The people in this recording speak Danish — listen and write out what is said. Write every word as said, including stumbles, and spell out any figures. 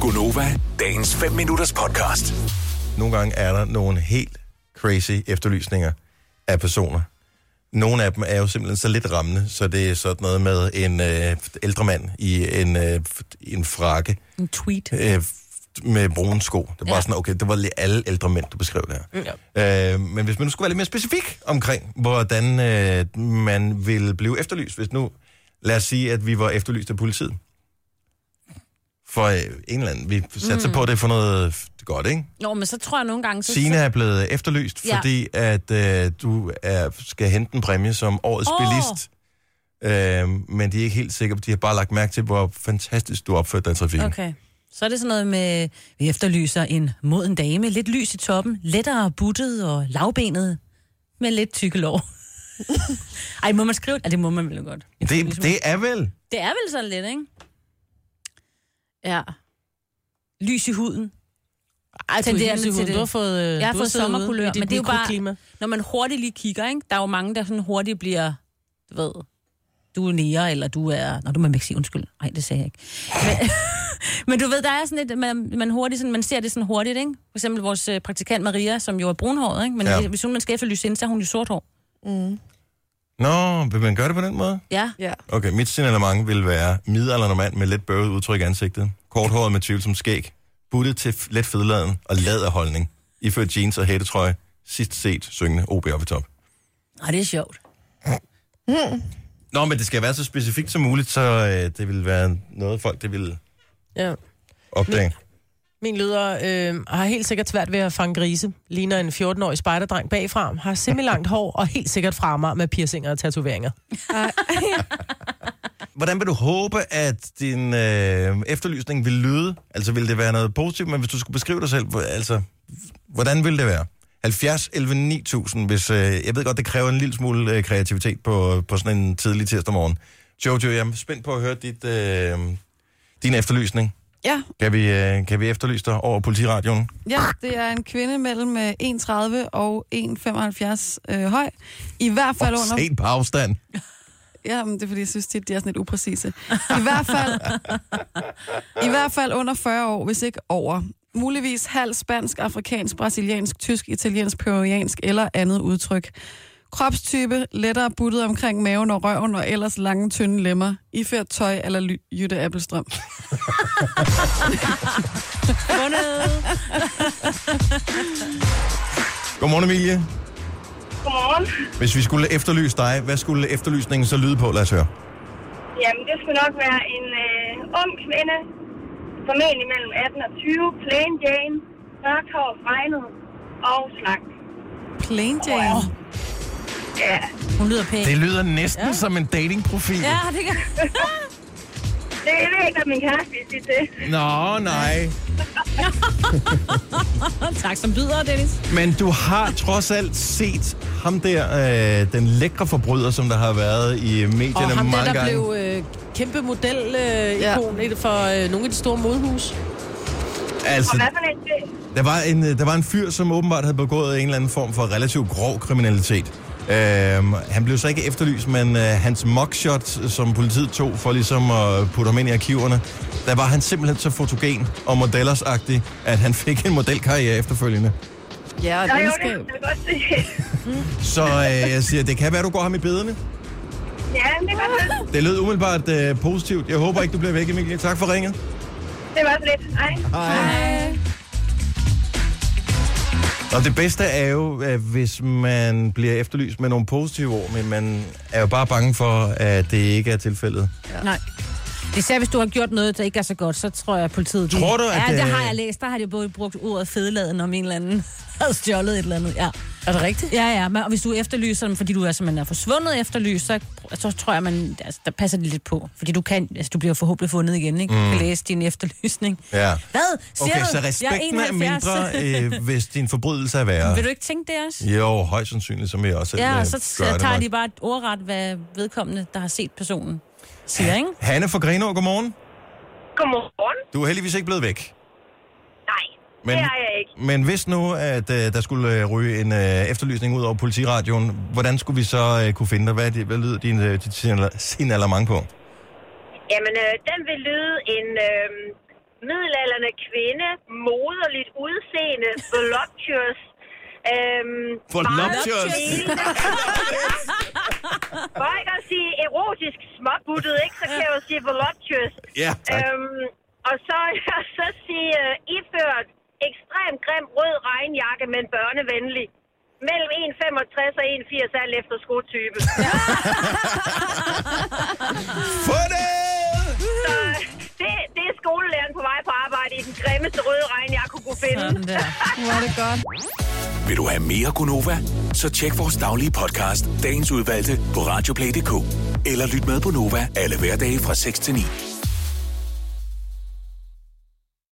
Gunova, dagens fem minutters podcast. Nogle gange er der nogle helt crazy efterlysninger af personer. Nogle af dem er jo simpelthen så lidt rammende, så det er sådan noget med en øh, ældre mand i en, øh, en frakke. En tweet. Øh, med brune sko. Det var ja. sådan, okay, det var lige alle ældre mænd, du beskrev der. Ja. Øh, men hvis man nu skulle være lidt mere specifik omkring, hvordan øh, man vil blive efterlyst, hvis nu, lad os sige, at vi var efterlyst af politiet. For øh, en eller anden, vi satser mm. på det for noget godt, ikke? Jo, men så tror jeg nogle gange... Så... Signe er blevet efterlyst, ja. fordi at øh, du er, skal hente en præmie som årets oh. bilist. Øh, men de er ikke helt sikre, de har bare lagt mærke til, hvor fantastisk du opførte dig i trafikken. Okay. Så er det sådan noget med, vi efterlyser en moden dame, lidt lys i toppen, lettere buttet og lavbenet, med lidt tykke lår. Ej, må man skrive det? Ja, det må man vel godt. Det, det er vel? Det er vel sådan lidt, ikke? Ja. Lys i huden. Ej, du, lys i huden. Du har fået, øh, jeg har fået sommerkulør, men det er jo bare, klima. Når man hurtigt lige kigger, ikke? Der er jo mange, der sådan hurtigt bliver, du ved, du er nære, eller du er... Nå, du må ikke sige undskyld. Nej, det sagde jeg ikke. Men, men du ved, der er sådan et... Man, man, hurtigt, sådan, man ser det sådan hurtigt, ikke? For eksempel vores øh, praktikant Maria, som jo er brunhåret, ikke? Men ja. hvis hun man skal efterlyse hende, så er hun jo sort hår. Mm. Nå, vil man gøre det på den måde? Ja. ja. Okay, mit signalement vil være midaldrende mand med lidt bøvet udtryk i ansigtet. Korthåret med tvivlsom skæg. Buttet til let fedladen og laderholdning. Iført jeans og hættetrøje. Sidst set syngende O B op i top. Nej, det er sjovt. Mm. Nå, men det skal være så specifikt som muligt, så øh, det vil være noget, folk det vil ja. opdage. Min, min lyder øh, har helt sikkert svært ved at fange grise. Ligner en fjorten-årig spejderdreng bagfra. Har semi-langt hår og helt sikkert fra med piercinger og tatoveringer. Hvordan vil du håbe, at din øh, efterlysning vil lyde? Altså, vil det være noget positivt? Men hvis du skulle beskrive dig selv, altså, hvordan vil det være? halvfjerds elleve ni tusind, hvis... Øh, jeg ved godt, det kræver en lille smule øh, kreativitet på, på sådan en tidlig tirsdag morgen. Jojo, jeg er spændt på at høre dit, øh, din efterlysning. Ja. Kan vi, øh, kan vi efterlyse dig over politiradioen? Ja, det er en kvinde mellem en komma tredive og en komma femoghalvfjerds øh, høj. I hvert fald oh, under... Set på afstand. Ja, men det er fordi, jeg synes tit, de er sådan lidt upræcise. I hvert fald, I hvert fald under fyrre år, hvis ikke over. Muligvis halv spansk, afrikansk, brasiliansk, tysk, italiensk, peruansk eller andet udtryk. Kropstype, lettere buttet omkring maven og røven og ellers lange, tynde lemmer. Iført tøj eller ly- Jytte Appelstrøm. Godmorgen, Emilie. Godmorgen. Hvis vi skulle efterlyse dig, hvad skulle efterlysningen så lyde på? Lad os høre. Jamen, det skulle nok være en øh, ung kvinde, formentlig mellem atten og tyve, plain Jane, mørkt hår, fregnet og slank. Plain Jane? Oh. Ja. Hun lyder pæn. Det lyder næsten ja. som en datingprofil. Ja, det kan... Det er ikke, at min kæreste vil sige det. Nå, nej. Tak som byder, Dennis. Men du har trods alt set ham der, øh, den lækre forbryder, som der har været i medierne og ham mange der, der gange. blev øh, kæmpe model-ikon øh, ja. for øh, nogle af de store modehus. Altså, og hvad for en det? Der var en, der var en fyr, som åbenbart havde begået en eller anden form for relativt grov kriminalitet. Uh, han blev så ikke efterlyst, men uh, hans mugshot, som politiet tog for ligesom at putte ham ind i arkiverne, der var han simpelthen så fotogen og modellersagtig, at han fik en modelkarriere efterfølgende. Ja, og det det skal... mm. Så uh, jeg siger, det kan være, du går ham i bederne. Ja, det kan det. Det lød umiddelbart uh, positivt. Jeg håber ikke, du bliver væk, Emilie. Tak for ringet. Det var så lidt. Hej. Hej. Og det bedste er jo, at hvis man bliver efterlyst med nogle positive ord, men man er jo bare bange for, at det ikke er tilfældet. Ja. Nej. Især hvis du har gjort noget, der ikke er så godt, så tror jeg, at politiet... Tror du, at Ja, det har jeg læst. Der har de både brugt ordet fedladen, om en eller anden havde stjålet et eller andet. Ja. Er det rigtigt? Ja, ja. Men, og hvis du efterlyser dem, fordi du er, simpelthen er forsvundet efterlyst, så, så tror jeg, man, altså, der passer det lidt på. Fordi du kan, altså, du bliver forhåbentlig fundet igen, ikke? Du Mm. kan læse din efterlysning. Ja. Hvad? Siger Okay, du? så respekten er, er mindre, øh, hvis din forbrydelse er Men værre. vil du ikke tænke det også? Jo, højst sandsynligt, som jeg også Ja, øh, og så gør det tager nok. de bare et ordret, hvad vedkommende, der har set personen, siger, ikke? Hanne fra Grenaa, godmorgen. Godmorgen. Du er heldigvis ikke blevet væk. Nej, Men, det er jeg ikke. men hvis nu, at øh, der skulle øh, ryge en øh, efterlysning ud over politiradioen, hvordan skulle vi så øh, kunne finde dig? Hvad, er det, hvad lyder din, øh, dit signalement på? Jamen, øh, den vil lyde en øh, middelalderne kvinde, moderligt udseende, voluptuous. Øhm, Voluptuous. For ikke at sige erotisk småbuttet, ikke, så kan jeg jo sige voluptuous. Ja, tak. Øhm, og så, så sige uh, iført ekstremt grim rød regnjakke, men børnevenlig. Mellem en komma femogtres og en komma firs alt efter skotype. Få det! Så det, det er skolelæreren på vej på arbejde i den grimmeste røde regn, jeg kunne kunne finde. Sådan der. Hvor er det godt. Vil du have mere Gunova? Så tjek vores daglige podcast, dagens udvalgte, på radioplay punktum d k. Eller lyt med på Nova alle hverdage fra seks til ni.